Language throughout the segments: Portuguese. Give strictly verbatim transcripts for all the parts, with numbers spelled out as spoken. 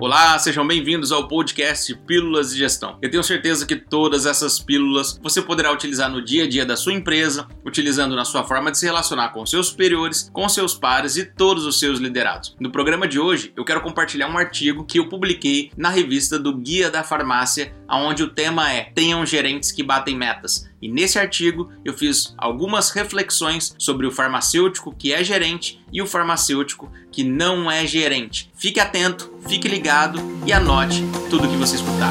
Olá, sejam bem-vindos ao podcast Pílulas de Gestão. Eu tenho certeza que todas essas pílulas você poderá utilizar no dia a dia da sua empresa, utilizando na sua forma de se relacionar com seus superiores, com seus pares e todos os seus liderados. No programa de hoje, eu quero compartilhar um artigo que eu publiquei na revista do Guia da Farmácia, onde o tema é Tenham gerentes que batem metas. E nesse artigo eu fiz algumas reflexões sobre o farmacêutico que é gerente e o farmacêutico que não é gerente. Fique atento, fique ligado e anote tudo que você escutar.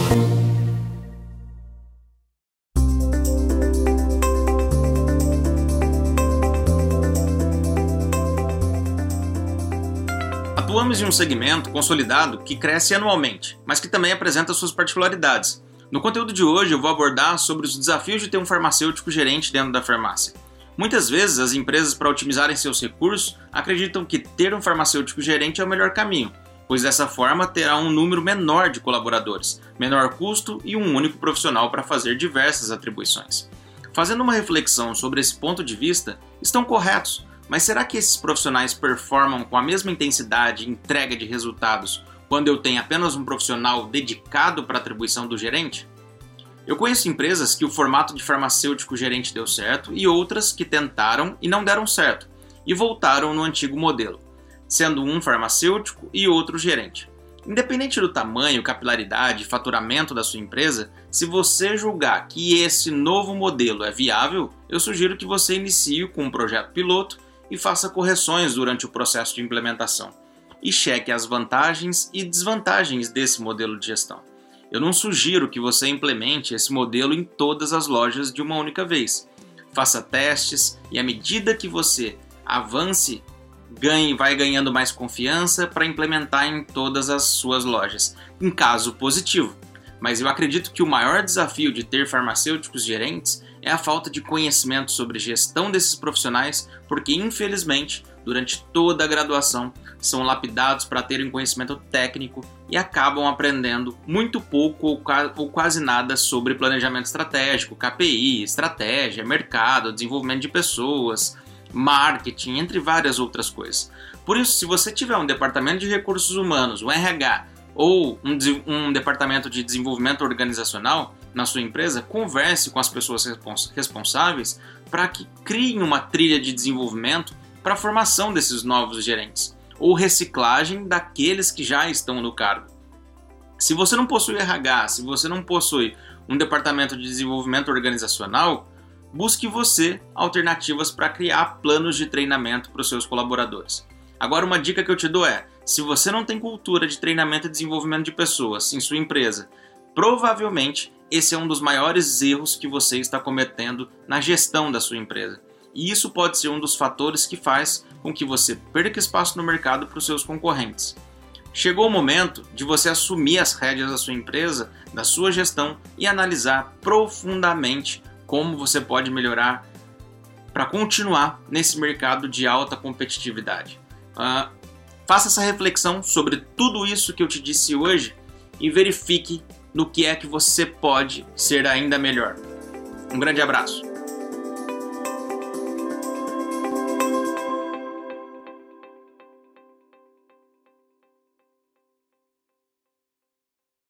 Atuamos em um segmento consolidado que cresce anualmente, mas que também apresenta suas particularidades. No conteúdo de hoje eu vou abordar sobre os desafios de ter um farmacêutico gerente dentro da farmácia. Muitas vezes as empresas, para otimizarem seus recursos, acreditam que ter um farmacêutico gerente é o melhor caminho, pois dessa forma terá um número menor de colaboradores, menor custo e um único profissional para fazer diversas atribuições. Fazendo uma reflexão sobre esse ponto de vista, estão corretos, mas será que esses profissionais performam com a mesma intensidade e entrega de resultados quando eu tenho apenas um profissional dedicado para a atribuição do gerente? Eu conheço empresas que o formato de farmacêutico gerente deu certo e outras que tentaram e não deram certo e voltaram no antigo modelo, sendo um farmacêutico e outro gerente. Independente do tamanho, capilaridade e faturamento da sua empresa, se você julgar que esse novo modelo é viável, eu sugiro que você inicie com um projeto piloto e faça correções durante o processo de implementação. E cheque as vantagens e desvantagens desse modelo de gestão. Eu não sugiro que você implemente esse modelo em todas as lojas de uma única vez. Faça testes e à medida que você avance, ganhe, vai ganhando mais confiança para implementar em todas as suas lojas, em caso positivo. Mas eu acredito que o maior desafio de ter farmacêuticos gerentes é a falta de conhecimento sobre gestão desses profissionais, porque infelizmente, durante toda a graduação, são lapidados para terem conhecimento técnico e acabam aprendendo muito pouco ou, ou quase nada sobre planejamento estratégico, K P I, estratégia, mercado, desenvolvimento de pessoas, marketing, entre várias outras coisas. Por isso, se você tiver um departamento de recursos humanos, um R H, ou um, um departamento de desenvolvimento organizacional na sua empresa, converse com as pessoas respons- responsáveis para que criem uma trilha de desenvolvimento para a formação desses novos gerentes, ou reciclagem daqueles que já estão no cargo. Se você não possui R H, se você não possui um departamento de desenvolvimento organizacional, busque você alternativas para criar planos de treinamento para os seus colaboradores. Agora, uma dica que eu te dou é, se você não tem cultura de treinamento e desenvolvimento de pessoas em sua empresa, provavelmente esse é um dos maiores erros que você está cometendo na gestão da sua empresa. E isso pode ser um dos fatores que faz com que você perca espaço no mercado para os seus concorrentes. Chegou o momento de você assumir as rédeas da sua empresa, da sua gestão e analisar profundamente como você pode melhorar para continuar nesse mercado de alta competitividade. Uh, faça essa reflexão sobre tudo isso que eu te disse hoje e verifique no que é que você pode ser ainda melhor. Um grande abraço.